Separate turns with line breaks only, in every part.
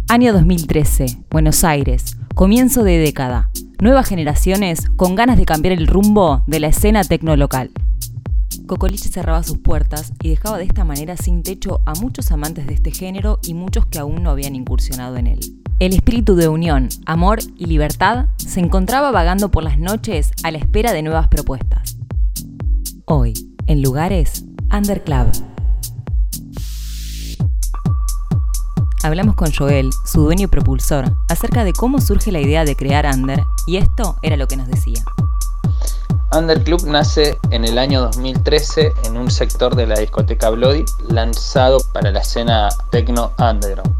Año 2013, Buenos Aires, comienzo de década. Nuevas generaciones con ganas de cambiar el rumbo de la escena tecno local. Cocoliche cerraba sus puertas y dejaba de esta manera sin techo a muchos amantes de este género y muchos que aún no habían incursionado en él. El espíritu de unión, amor y libertad se encontraba vagando por las noches a la espera de nuevas propuestas. Hoy, en Lugares, Under Club. Hablamos con Joel, su dueño y propulsor, acerca de cómo surge la idea de crear Under, y esto era lo que nos decía.
Under Club nace en el año 2013 en un sector de la discoteca Bloody, lanzado para la escena techno underground.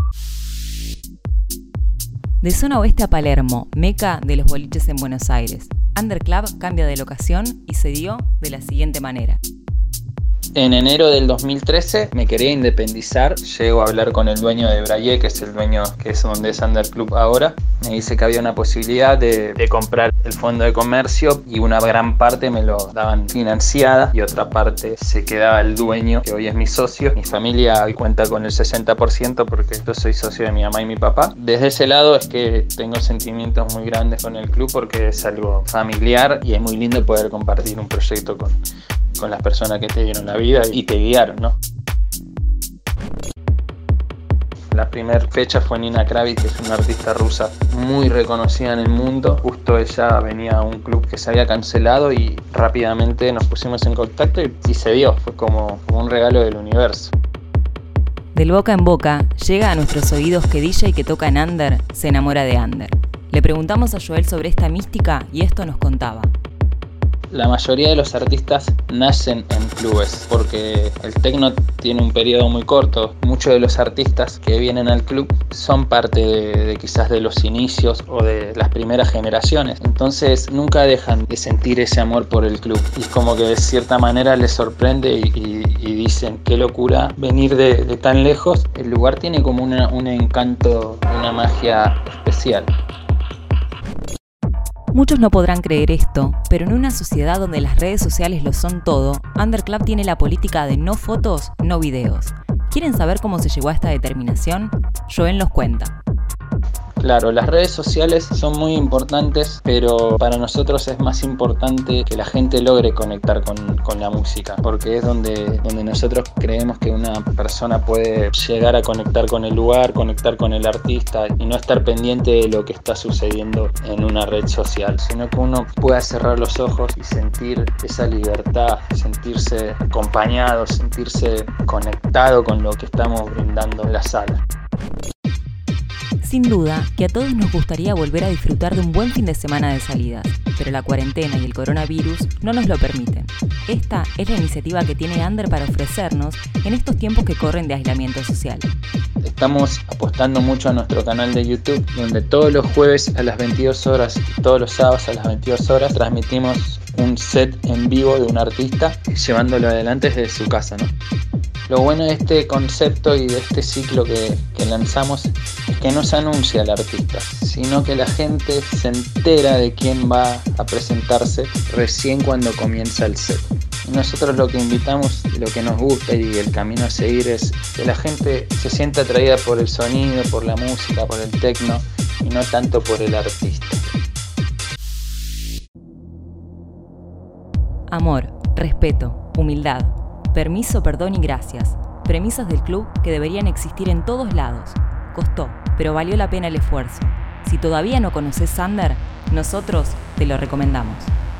De zona oeste a Palermo, meca de los boliches en Buenos Aires, Under Club cambia de locación y se dio de la siguiente manera.
En enero del 2013 me quería independizar, llego a hablar con el dueño de Braille, que es el dueño que es donde es Under Club ahora. Me dice que había una posibilidad de comprar el fondo de comercio y una gran parte me lo daban financiada y otra parte se quedaba el dueño, que hoy es mi socio. Mi familia hoy cuenta con el 60% porque yo soy socio de mi mamá y mi papá. Desde ese lado es que tengo sentimientos muy grandes con el club porque es algo familiar y es muy lindo poder compartir un proyecto con las personas que te dieron la vida y te guiaron, ¿no? La primera fecha fue Nina Kravitz, que es una artista rusa muy reconocida en el mundo. Justo ella venía a un club que se había cancelado y rápidamente nos pusimos en contacto y se dio. Fue como un regalo del universo.
Del boca en boca llega a nuestros oídos que DJ que toca en Under se enamora de Under. Le preguntamos a Joel sobre esta mística y esto nos contaba.
La mayoría de los artistas nacen en clubes porque el techno tiene un periodo muy corto. Muchos de los artistas que vienen al club son parte de quizás de los inicios o de las primeras generaciones. Entonces nunca dejan de sentir ese amor por el club. Y como que de cierta manera les sorprende y dicen qué locura venir de tan lejos. El lugar tiene como un encanto, una magia especial.
Muchos no podrán creer esto, pero en una sociedad donde las redes sociales lo son todo, Under Club tiene la política de no fotos, no videos. ¿Quieren saber cómo se llegó a esta determinación? Joel nos cuenta.
Claro, las redes sociales son muy importantes, pero para nosotros es más importante que la gente logre conectar con la música, porque es donde nosotros creemos que una persona puede llegar a conectar con el lugar, conectar con el artista y no estar pendiente de lo que está sucediendo en una red social, sino que uno pueda cerrar los ojos y sentir esa libertad, sentirse acompañado, sentirse conectado con lo que estamos brindando en la sala.
Sin duda que a todos nos gustaría volver a disfrutar de un buen fin de semana de salidas, pero la cuarentena y el coronavirus no nos lo permiten. Esta es la iniciativa que tiene Under para ofrecernos en estos tiempos que corren de aislamiento social.
Estamos apostando mucho a nuestro canal de YouTube, donde todos los jueves a las 22 horas y todos los sábados a las 22 horas transmitimos un set en vivo de un artista llevándolo adelante desde su casa, ¿no? Lo bueno de este concepto y de este ciclo que lanzamos es que no se anuncia al artista, sino que la gente se entera de quién va a presentarse recién cuando comienza el set. Y nosotros lo que invitamos, lo que nos gusta y el camino a seguir es que la gente se sienta atraída por el sonido, por la música, por el techno y no tanto por el artista.
Amor, respeto, humildad. Permiso, perdón y gracias. Premisas del club que deberían existir en todos lados. Costó, pero valió la pena el esfuerzo. Si todavía no conoces Under, nosotros te lo recomendamos.